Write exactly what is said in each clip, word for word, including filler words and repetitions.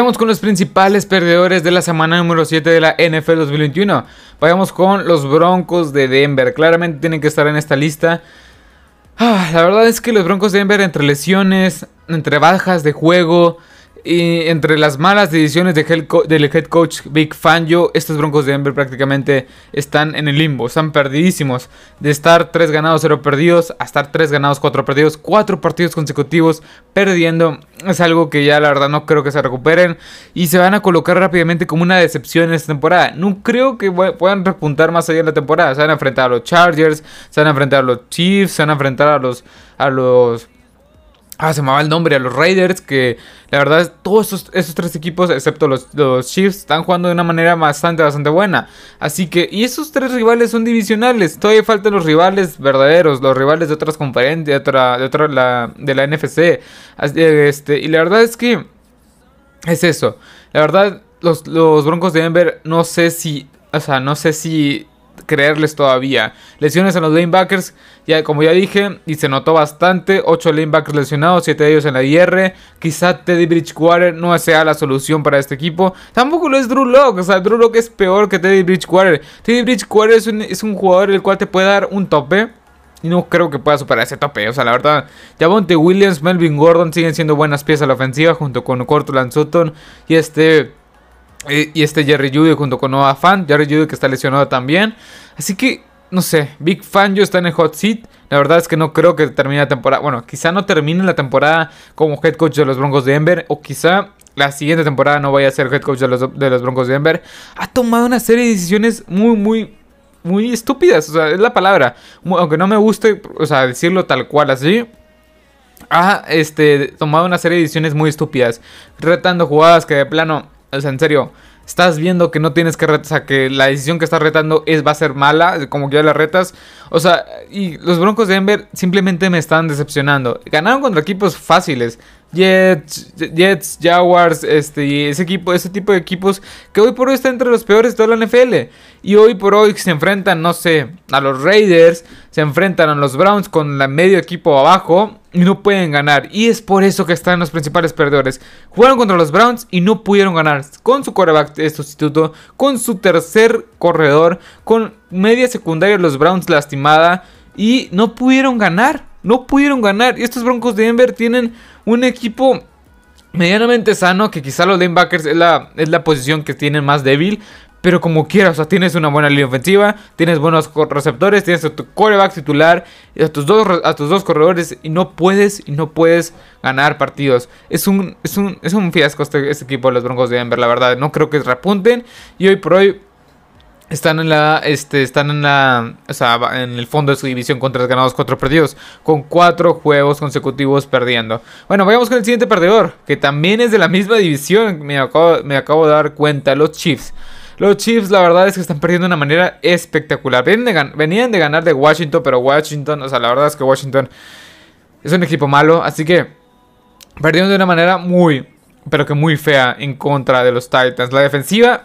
Vamos con los principales perdedores de la semana número siete de la N F L dos mil veintiuno. Vayamos con los Broncos de Denver. Claramente tienen que estar en esta lista. Ah, la verdad es que los Broncos de Denver, entre lesiones, entre bajas de juego y entre las malas decisiones de head del head coach Vic Fangio, estos Broncos de Denver prácticamente están en el limbo, están perdidísimos. De estar tres ganados, cero perdidos, a estar tres ganados, cuatro perdidos, cuatro partidos consecutivos perdiendo. Es algo que ya la verdad no creo que se recuperen y se van a colocar rápidamente como una decepción en esta temporada. No creo que puedan repuntar más allá en la temporada. Se van a enfrentar a los Chargers, se van a enfrentar a los Chiefs, se van a enfrentar a los... A los Ah, se me va el nombre, a los Raiders, que la verdad todos esos, esos tres equipos, excepto los, los Chiefs, están jugando de una manera bastante, bastante buena. Así que, y esos tres rivales son divisionales, todavía faltan los rivales verdaderos, los rivales de otras conferencias, de otra, de otra, la, de la N F C. Este, y la verdad es que es eso, la verdad los, los Broncos de Denver, no sé si, o sea, no sé si... creerles todavía. Lesiones en los lanebackers, ya como ya dije, y se notó bastante. ocho lanebackers lesionados, siete de ellos en la I R. Quizá Teddy Bridgewater no sea la solución para este equipo. Tampoco lo es Drew Lock. O sea, Drew Lock es peor que Teddy Bridgewater. Teddy Bridgewater es un, es un jugador el cual te puede dar un tope. Y no creo que pueda superar ese tope. O sea, la verdad, Javonte Williams, Melvin Gordon siguen siendo buenas piezas a la ofensiva, junto con Courtland Sutton y este... Y este Jerry Jeudy junto con Noah Fant. Jerry Jeudy que está lesionado también. Así que, no sé, Vic Fangio está en el hot seat. La verdad es que no creo que termine la temporada. Bueno, quizá no termine la temporada como head coach de los Broncos de Denver. O quizá la siguiente temporada no vaya a ser head coach de los, de los Broncos de Denver. Ha tomado una serie de decisiones muy, muy, muy estúpidas. O sea, es la palabra. Aunque no me guste, o sea, decirlo tal cual así. Ha este, tomado una serie de decisiones muy estúpidas. Retando jugadas que de plano... O sea, en serio, estás viendo que no tienes que retar, o sea, que la decisión que estás retando es, va a ser mala, como que ya la retas. O sea, y los Broncos de Denver simplemente me están decepcionando. Ganaron contra equipos fáciles. Jets, Jets, Jaguars, este, y ese equipo, ese tipo de equipos que hoy por hoy están entre los peores de toda la N F L. Y hoy por hoy se enfrentan, no sé, a los Raiders, se enfrentan a los Browns con la medio equipo abajo y no pueden ganar. Y es por eso que están los principales perdedores. Jugaron contra los Browns y no pudieron ganar. Con su quarterback de sustituto, con su tercer corredor, con media secundaria de los Browns lastimada y no pudieron ganar. No pudieron ganar. Y estos Broncos de Denver tienen un equipo medianamente sano, que quizá los linebackers es la, es la posición que tienen más débil. Pero como quieras, o sea, tienes una buena línea ofensiva, tienes buenos receptores, tienes a tu quarterback titular, a tus dos, a tus dos corredores, y no puedes, y no puedes ganar partidos. Es un, es un, es un fiasco este, este equipo de los Broncos de Denver, la verdad. No creo que repunten. Y hoy por hoy están en la, este, están en la, o sea, en el fondo de su división con tres ganados, cuatro perdidos, con cuatro juegos consecutivos perdiendo. Bueno, vayamos con el siguiente perdedor, que también es de la misma división. Me acabo, me acabo de dar cuenta, los Chiefs. Los Chiefs, la verdad es que están perdiendo de una manera espectacular. Venían de, gan venían de ganar de Washington, pero Washington, o sea, la verdad es que Washington es un equipo malo. Así que perdieron de una manera muy, pero que muy fea en contra de los Titans. La defensiva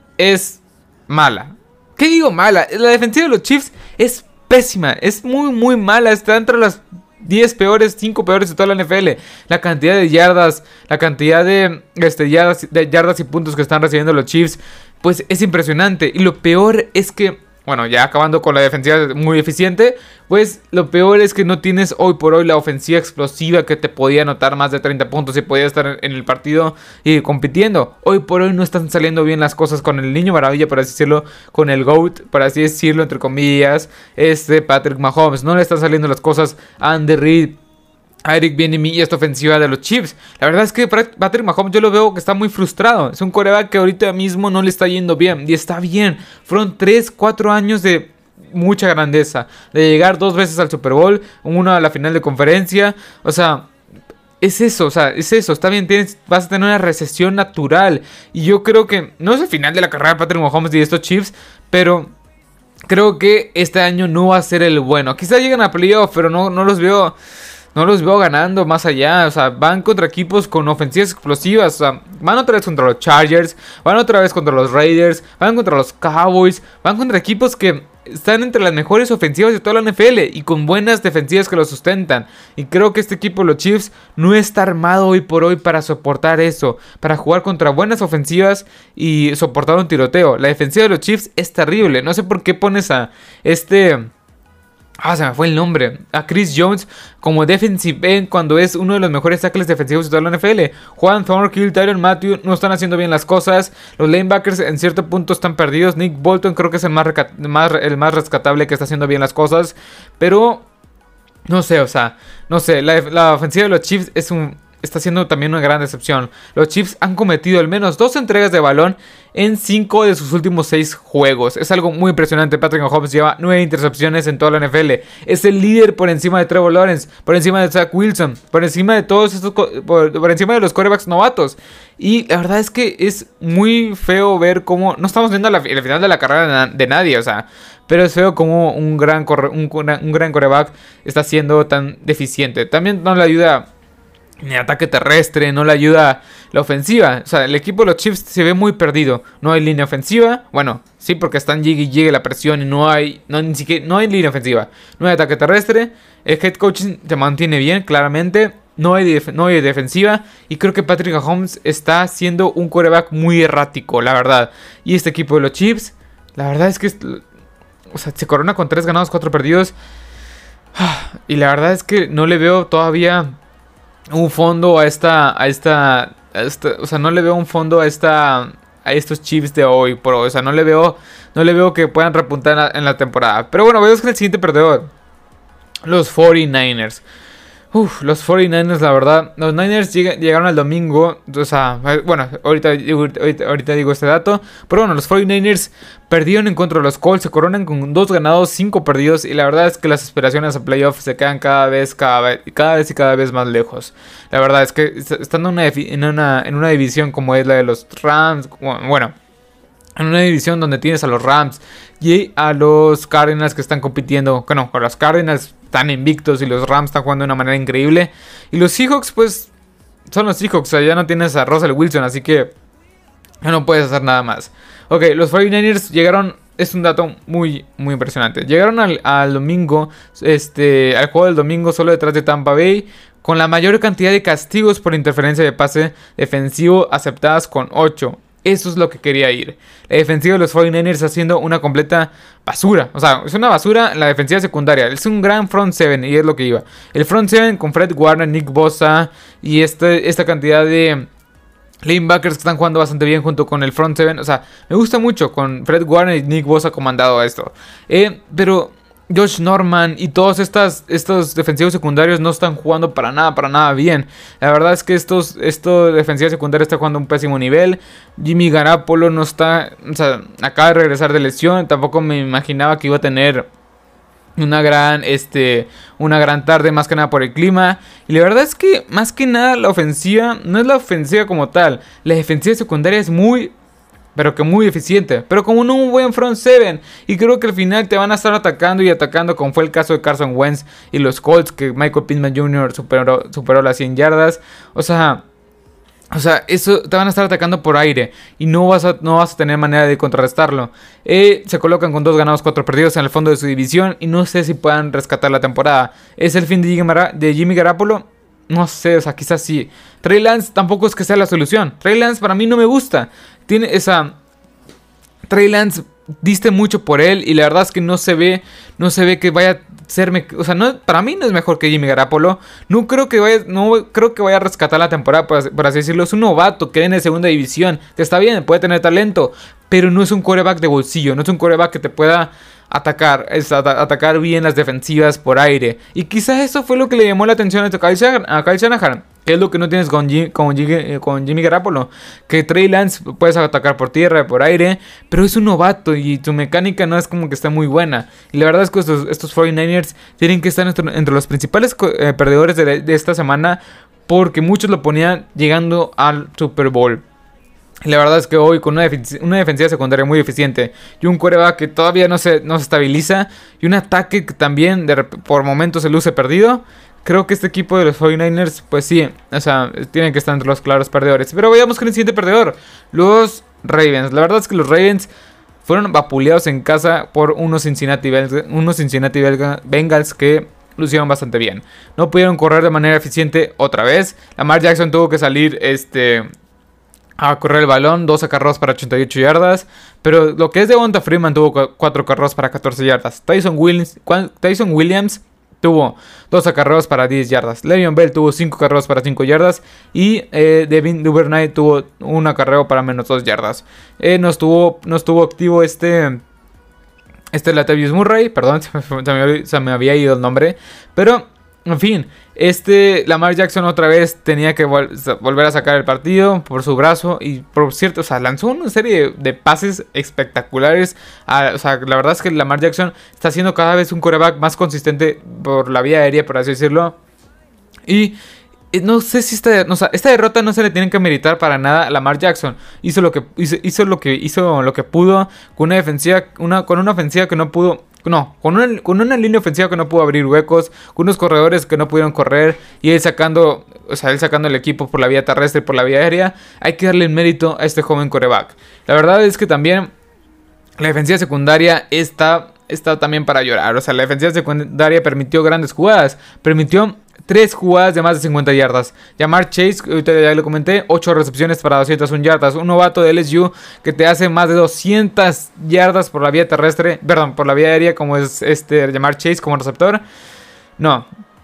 es mala. ¿Qué digo mala? La defensiva de los Chiefs es pésima. Es muy, muy mala. Está entre las diez peores, cinco peores de toda la N F L. La cantidad de yardas, la cantidad de, este, yardas, de yardas y puntos que están recibiendo los Chiefs, pues es impresionante. Y lo peor es que, bueno, ya acabando con la defensiva muy eficiente, pues lo peor es que no tienes hoy por hoy la ofensiva explosiva que te podía anotar más de treinta puntos y podía estar en el partido y compitiendo. Hoy por hoy no están saliendo bien las cosas con el niño maravilla, por así decirlo, con el GOAT, por así decirlo, entre comillas, este Patrick Mahomes. No le están saliendo las cosas a Andy Reid, a Eric Bieniemy y esta ofensiva de los Chiefs. La verdad es que Patrick Mahomes yo lo veo que está muy frustrado. Es un quarterback que ahorita mismo no le está yendo bien. Y está bien. Fueron tres, cuatro años de mucha grandeza. De llegar dos veces al Super Bowl, uno a la final de conferencia. O sea, es eso, o sea, es eso. Está bien, tienes, vas a tener una recesión natural. Y yo creo que no es el final de la carrera de Patrick Mahomes y de estos Chiefs, pero creo que este año no va a ser el bueno. Quizá lleguen a playoff, pero no, no los veo... no los veo ganando más allá. O sea, van contra equipos con ofensivas explosivas. O sea, van otra vez contra los Chargers, van otra vez contra los Raiders, van contra los Cowboys, van contra equipos que están entre las mejores ofensivas de toda la N F L y con buenas defensivas que lo sustentan. Y creo que este equipo, los Chiefs, no está armado hoy por hoy para soportar eso, para jugar contra buenas ofensivas y soportar un tiroteo. La defensiva de los Chiefs es terrible. No sé por qué pones a este... Ah, se me fue el nombre. A Chris Jones como defensive end cuando es uno de los mejores tackles defensivos de toda la N F L. Juan Thornhill, Tyrann Mathieu no están haciendo bien las cosas. Los linebackers en cierto punto están perdidos. Nick Bolton creo que es el más, más, el más rescatable que está haciendo bien las cosas. Pero no sé, o sea, no sé. La, la ofensiva de los Chiefs es un... está siendo también una gran decepción. Los Chiefs han cometido al menos dos entregas de balón en cinco de sus últimos seis juegos. Es algo muy impresionante. Patrick Mahomes lleva nueve intercepciones en toda la N F L. Es el líder por encima de Trevor Lawrence, por encima de Zach Wilson, por encima de todos estos, por, por encima de los quarterbacks novatos. Y la verdad es que es muy feo ver cómo no estamos viendo la, el final de la carrera de, de nadie, o sea, pero es feo como un gran corre, un, un gran quarterback está siendo tan deficiente. También no le ayuda ni ataque terrestre, no le ayuda la ofensiva. O sea, el equipo de los Chiefs se ve muy perdido. No hay línea ofensiva. Bueno, sí, porque están llegue y llegue la presión y no hay, no, ni siquiera, no hay línea ofensiva. No hay ataque terrestre. El head coaching se mantiene bien, claramente. No hay, def no hay defensiva. Y creo que Patrick Mahomes está siendo un quarterback muy errático, la verdad. Y este equipo de los Chiefs, la verdad es que es, o sea, se corona con tres ganados, cuatro perdidos. Y la verdad es que no le veo todavía un fondo a esta, a esta, a esta, o sea, no le veo un fondo a esta, a estos Chiefs de hoy, por hoy. O sea, no le veo, no le veo que puedan repuntar en la, en la temporada. Pero bueno, vemos que el siguiente perdedor, los cuarenta y nueve ers. Uf, los cuarenta y nueve ers, la verdad. Los Niners lleg llegaron al domingo. O sea, bueno, ahorita, ahorita, ahorita digo este dato. Pero bueno, los cuarenta y nueve ers perdieron en contra de los Colts. Se coronan con dos ganados, cinco perdidos. Y la verdad es que las aspiraciones a playoffs se quedan cada vez, cada vez, cada vez y cada vez más lejos. La verdad es que estando en una, en una, en una división como es la de los Rams, bueno, en una división donde tienes a los Rams y a los Cardinals que están compitiendo. Bueno, con los Cardinals están invictos y los Rams están jugando de una manera increíble. Y los Seahawks, pues, son los Seahawks. O sea, ya no tienes a Russell Wilson, así que ya no puedes hacer nada más. Ok, los cuarenta y nueve ers llegaron... Es un dato muy, muy impresionante. Llegaron al, al domingo, este, al juego del domingo solo detrás de Tampa Bay, con la mayor cantidad de castigos por interferencia de pase defensivo aceptadas con ocho. Eso es lo que quería ir. La defensiva de los cuarenta y nueve ers haciendo una completa basura. O sea, es una basura la defensiva secundaria. Es un gran front seven y es lo que iba. El front seven con Fred Warner, Nick Bosa y este, esta cantidad de linebackers que están jugando bastante bien junto con el front seven. O sea, me gusta mucho con Fred Warner y Nick Bosa comandado a esto. Eh, pero Josh Norman y todos estas, estos defensivos secundarios no están jugando para nada, para nada bien. La verdad es que estos, estos defensivos secundarios están jugando a un pésimo nivel. Jimmy Garoppolo no está, o sea, acaba de regresar de lesión. Tampoco me imaginaba que iba a tener una gran, este, una gran tarde, más que nada por el clima. Y la verdad es que, más que nada, la ofensiva no es la ofensiva como tal. La defensiva secundaria es muy... pero que muy eficiente, pero como no un buen front seven. Y creo que al final te van a estar atacando y atacando, como fue el caso de Carson Wentz y los Colts, que Michael Pittman junior superó, superó las cien yardas. O sea, o sea, eso te van a estar atacando por aire y no vas a, no vas a tener manera de contrarrestarlo. Eh, se colocan con dos ganados, cuatro perdidos en el fondo de su división y no sé si puedan rescatar la temporada. ¿Es el fin de Jimmy, de Jimmy Garoppolo? No sé, o sea, quizás sí. Trey Lance tampoco es que sea la solución. Trey Lance para mí no me gusta. Tiene esa... Trey Lance, diste mucho por él y la verdad es que no se ve, no se ve que vaya a ser... Me... O sea, no, para mí no es mejor que Jimmy Garoppolo. No creo que vaya, no creo que vaya a rescatar la temporada, por, por así decirlo. Es un novato que viene de segunda división. Que está bien, puede tener talento, pero no es un quarterback de bolsillo. No es un quarterback que te pueda atacar, es at atacar bien las defensivas por aire. Y quizás eso fue lo que le llamó la atención a Kyle Shanahan, que es lo que no tienes con, Jim, con, Jimmy, con Jimmy Garoppolo. Que Trey Lance puedes atacar por tierra, por aire, pero es un novato y su mecánica no es como que está muy buena. Y la verdad es que estos, estos cuarenta y nueve ers tienen que estar entre, entre los principales eh, perdedores de, de esta semana, porque muchos lo ponían llegando al Super Bowl. Y la verdad es que hoy con una, defen una defensiva secundaria muy eficiente y un quarterback que todavía no se, no se estabiliza y un ataque que también de por momentos se luce perdido, creo que este equipo de los cuarenta y nueve ers, pues sí, o sea, tienen que estar entre los claros perdedores. Pero vayamos con el siguiente perdedor, los Ravens. La verdad es que los Ravens fueron vapuleados en casa por unos Cincinnati Bengals, unos Cincinnati Bengals que lucieron bastante bien. No pudieron correr de manera eficiente otra vez. Lamar Jackson tuvo que salir este... a correr el balón, dos acarreos para ochenta y ocho yardas. Pero lo que es Devonta Freeman tuvo cuatro acarreos para catorce yardas. Tyson Williams, Tyson Williams tuvo dos acarreos para diez yardas. Le'Veon Bell tuvo cinco acarreos para cinco yardas. Y eh, Devin Duvernay tuvo un acarreo para menos dos yardas. Eh, no, estuvo, no estuvo activo este... Este Latavius Murray. Perdón, se me, se, me, se me había ido el nombre. Pero... en fin, este Lamar Jackson otra vez tenía que vol volver a sacar el partido por su brazo. Y por cierto, o sea, lanzó una serie de pases espectaculares. A, o sea, la verdad es que Lamar Jackson está siendo cada vez un quarterback más consistente por la vía aérea, por así decirlo. Y no sé si esta, no, o sea, esta derrota no se le tiene que meritar para nada a Lamar Jackson. Hizo lo que hizo, hizo lo que hizo lo que pudo con una defensiva, una, con una ofensiva que no pudo. No, con una, con una línea ofensiva que no pudo abrir huecos, con unos corredores que no pudieron correr, y él sacando, o sea, él sacando el equipo por la vía terrestre y por la vía aérea. Hay que darle el mérito a este joven quarterback. La verdad es que también la defensiva secundaria está, está también para llorar. O sea, la defensiva secundaria permitió grandes jugadas, permitió tres jugadas de más de cincuenta yardas. Ja'Marr Chase, ahorita ya lo comenté, ocho recepciones para doscientas una yardas. Un novato de L S U que te hace más de doscientas yardas por la vía terrestre, perdón, por la vía aérea, como es este Ja'Marr Chase como receptor. No,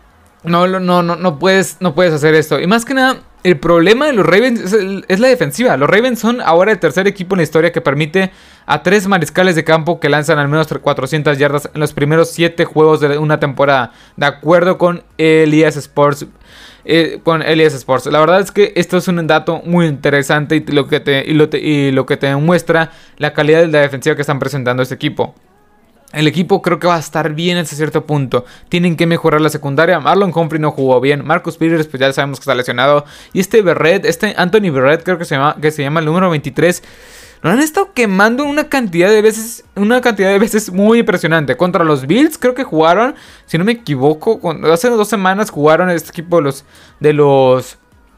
no, no, no, no puedes, no puedes hacer esto. Y más que nada, el problema de los Ravens es, el, es la defensiva. Los Ravens son ahora el tercer equipo en la historia que permite a tres mariscales de campo que lanzan al menos cuatrocientas yardas en los primeros siete juegos de una temporada, de acuerdo con Elias Sports. Eh, con Elias Sports. La verdad es que esto es un dato muy interesante y lo que te, y lo te, y lo que te demuestra la calidad de la defensiva que están presentando este equipo. El equipo creo que va a estar bien hasta cierto punto. Tienen que mejorar la secundaria. Marlon Humphrey no jugó bien. Marcus Peters, pues ya sabemos que está lesionado. Y este Barrett, este Anthony Barrett, creo que se llama, que se llama el número veintitrés. Lo han estado quemando una cantidad de veces. Una cantidad de veces muy impresionante. Contra los Bills, creo que jugaron, si no me equivoco, hace dos semanas jugaron este equipo de los... De los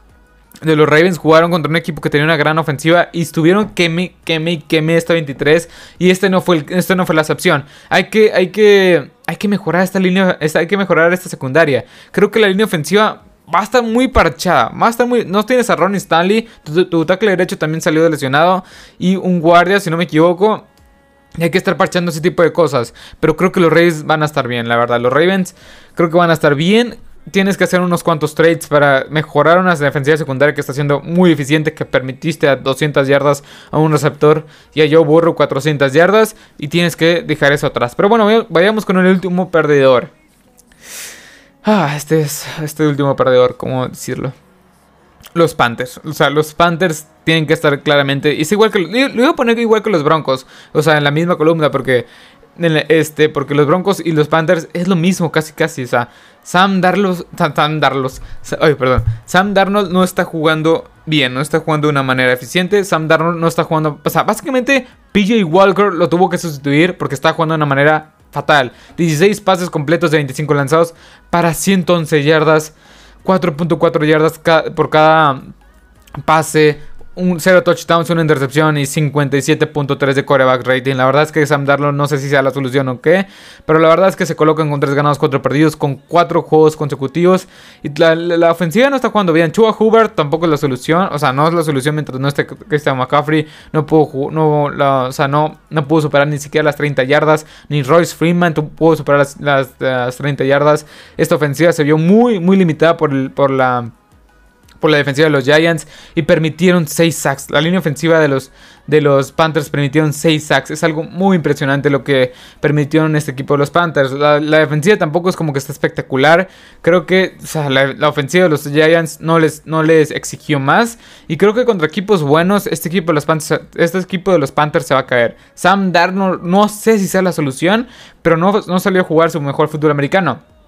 De los Ravens jugaron contra un equipo que tenía una gran ofensiva y estuvieron queme, queme y queme esta veintitrés. Y este no fue, el, este no fue la excepción. Hay que, hay que, hay que mejorar esta línea, esta, hay que mejorar esta secundaria. Creo que la línea ofensiva va a estar muy parchada. Va a estar muy, no tienes a Ronnie Stanley. Tu, tu tackle derecho también salió de lesionado. Y un guardia, si no me equivoco. Y hay que estar parchando ese tipo de cosas. Pero creo que los Ravens van a estar bien, la verdad. Los Ravens creo que van a estar bien. Tienes que hacer unos cuantos trades para mejorar una defensiva secundaria que está siendo muy eficiente, que permitiste a doscientas yardas a un receptor y a Joe Burrow cuatrocientas yardas, y tienes que dejar eso atrás. Pero bueno, vayamos con el último perdedor. Ah, este es este último perdedor, ¿cómo decirlo? Los Panthers. O sea, los Panthers tienen que estar claramente... Es igual que... Lo iba a poner igual que los Broncos. O sea, en la misma columna, porque... Este, porque los Broncos y los Panthers es lo mismo, casi casi. O sea, Sam Darnold, Sam Darnold, ay, perdón, Sam Darnold no está jugando bien, no está jugando de una manera eficiente. Sam Darnold no está jugando, o sea, básicamente P J Walker lo tuvo que sustituir porque está jugando de una manera fatal. dieciséis pases completos de veinticinco lanzados para ciento once yardas, cuatro punto cuatro yardas ca por cada pase. Un cero touchdowns, una intercepción y cincuenta y siete punto tres de quarterback rating. La verdad es que Sam Darnold no sé si sea la solución o qué, pero la verdad es que se colocan con tres ganados, cuatro perdidos, con cuatro juegos consecutivos. Y la, la, la ofensiva no está jugando bien. Chuba Hubbard tampoco es la solución. O sea, no es la solución mientras no esté Christian McCaffrey. No pudo, no, la, o sea, no, no pudo superar ni siquiera las treinta yardas. Ni Royce Freeman pudo superar las, las, las treinta yardas. Esta ofensiva se vio muy, muy limitada por, el, por la... por la defensiva de los Giants y permitieron seis sacks. La línea ofensiva de los, de los Panthers permitieron seis sacks. Es algo muy impresionante lo que permitieron este equipo de los Panthers. La, la defensiva tampoco es como que está espectacular. Creo que o sea, la, la ofensiva de los Giants no les, no les exigió más. Y creo que contra equipos buenos, este equipo de los Panthers, este equipo de los Panthers se va a caer. Sam Darnold no sé si sea la solución, pero no, no salió a jugar su mejor fútbol americano.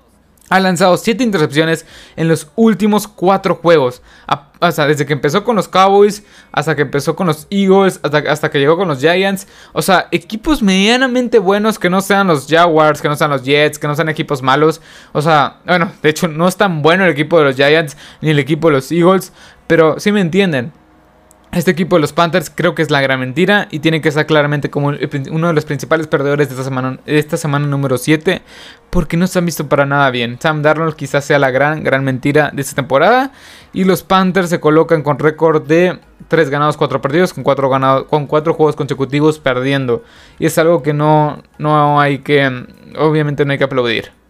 Ha lanzado siete intercepciones en los últimos cuatro juegos. A, o sea, desde que empezó con los Cowboys, hasta que empezó con los Eagles, hasta, hasta que llegó con los Giants. O sea, equipos medianamente buenos, que no sean los Jaguars, que no sean los Jets, que no sean equipos malos. O sea, bueno, de hecho no es tan bueno el equipo de los Giants ni el equipo de los Eagles, pero sí me entienden. Este equipo de los Panthers creo que es la gran mentira y tiene que estar claramente como uno de los principales perdedores de esta semana, esta semana número siete, porque no se han visto para nada bien. Sam Darnold quizás sea la gran, gran mentira de esta temporada, y los Panthers se colocan con récord de tres ganados, cuatro perdidos, con cuatro ganados, con cuatro juegos consecutivos perdiendo, y es algo que no, no hay que, obviamente no hay que aplaudir.